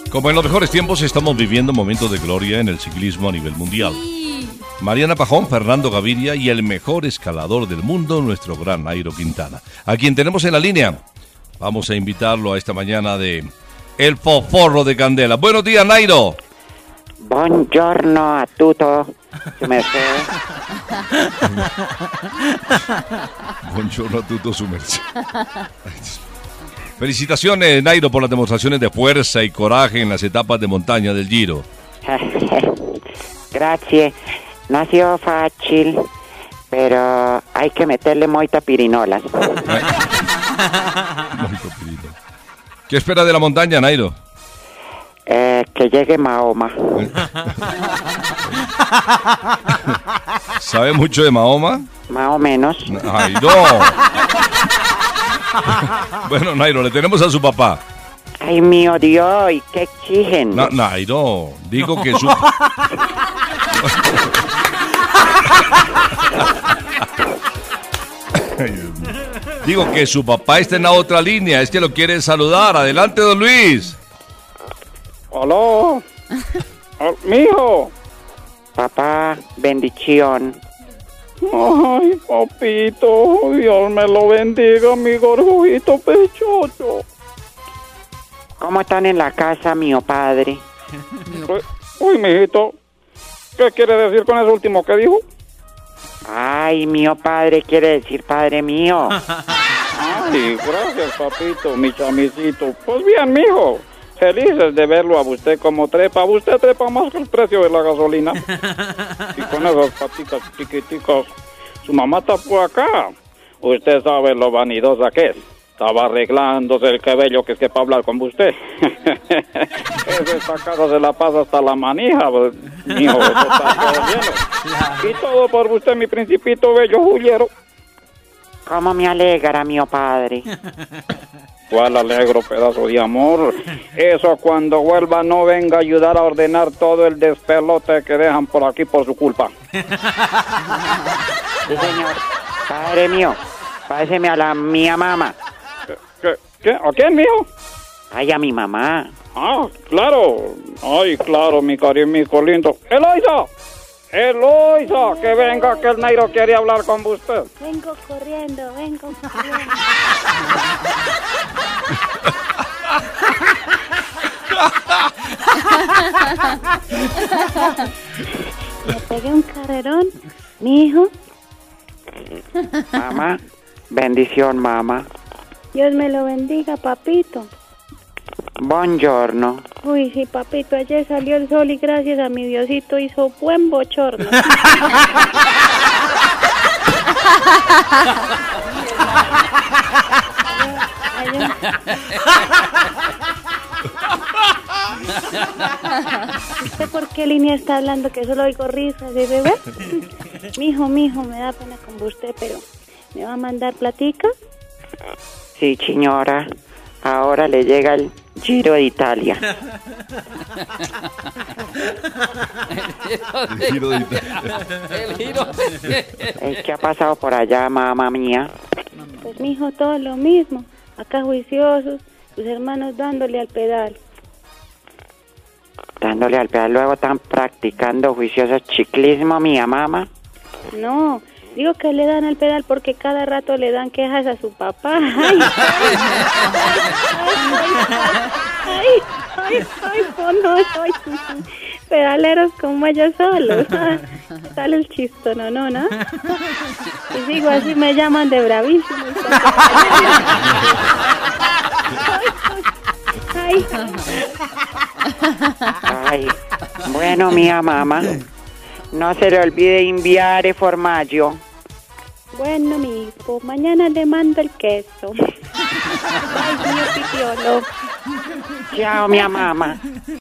Como en los mejores tiempos estamos viviendo momentos de gloria en el ciclismo a nivel mundial. Mariana Pajón, Fernando Gaviria y el mejor escalador del mundo, nuestro gran Nairo Quintana, a quien tenemos en la línea. Vamos a invitarlo a esta mañana de El Fosforro de Candela. Buenos días, Nairo. Buongiorno a tutto, su merced. Buongiorno a tutto, su merced. Felicitaciones, Nairo, por las demostraciones de fuerza y coraje en las etapas de montaña del Giro. Gracias. No ha sido fácil, pero hay que meterle moita pirinolas. ¿Qué espera de la montaña, Nairo? Que llegue Mahoma. ¿Sabe mucho de Mahoma? Más o menos. Ay, no. Bueno, Nairo, le tenemos a su papá. Ay, mío Dios, ¿y qué exigen? No, Nairo, digo que su... Digo que su papá está en la otra línea, es que lo quiere saludar. Adelante, don Luis. Aló. Mijo. Papá, bendición. Ay, papito, Dios me lo bendiga, mi gorgojito pechocho. ¿Cómo están en la casa, mío padre? Uy, mijito, ¿qué quiere decir con eso último que dijo? Ay, mío padre, quiere decir padre mío. Ay, gracias, papito, mi chamisito. Pues bien, mijo, felices de verlo a usted como trepa. Usted trepa más que el precio de la gasolina. Y con esas patitas chiquiticas, su mamá está por acá. Usted sabe lo vanidosa que es. Estaba arreglándose el cabello que es que para hablar con usted. Esa casa se la pasa hasta la manija, pues, mijo, eso está todo lleno. Y todo por usted, mi principito bello juliero. ¿Cómo me alegra, mío padre? ¿Cuál alegro pedazo de amor? Eso cuando vuelva no venga a ayudar a ordenar todo el despelote que dejan por aquí por su culpa. Sí, señor. Padre mío, páseme a la mía mamá. ¿Qué? ¿A quién, mijo? Ay, a mi mamá. Ah, claro. Ay, claro, mi cariño lindo. ¡Eloisa! ¡Eloisa! Que venga, que el Nairo quiere hablar con usted. Vengo corriendo. Me pegué un carrerón, mi hijo. Mamá, bendición, mamá. Dios me lo bendiga, papito. Buongiorno. Uy, sí, papito, ayer salió el sol y gracias a mi Diosito hizo buen bochorno. ¿Usted por qué línea está hablando que solo oigo risas y bebé? Mijo, me da pena con usted, pero ¿me va a mandar platica? Sí, señora. Ahora le llega el Giro de Italia. ¿Qué ha pasado por allá, mamá mía? Pues mijo, todo lo mismo. Acá juiciosos, sus hermanos dándole al pedal. Dándole al pedal, luego están practicando juicioso ciclismo, mía mamá. No, digo que le dan al pedal porque cada rato le dan quejas a su papá. Pedaleros como ellos solos. Sale el chisto, no. Y sigo así, me llaman de bravísimo. Ay, bueno, mía mamá, no se le olvide enviar el formaggio. Bueno, mi hijo, mañana le mando el queso. Ay, mío, pitiolo. Chao, mía mamá.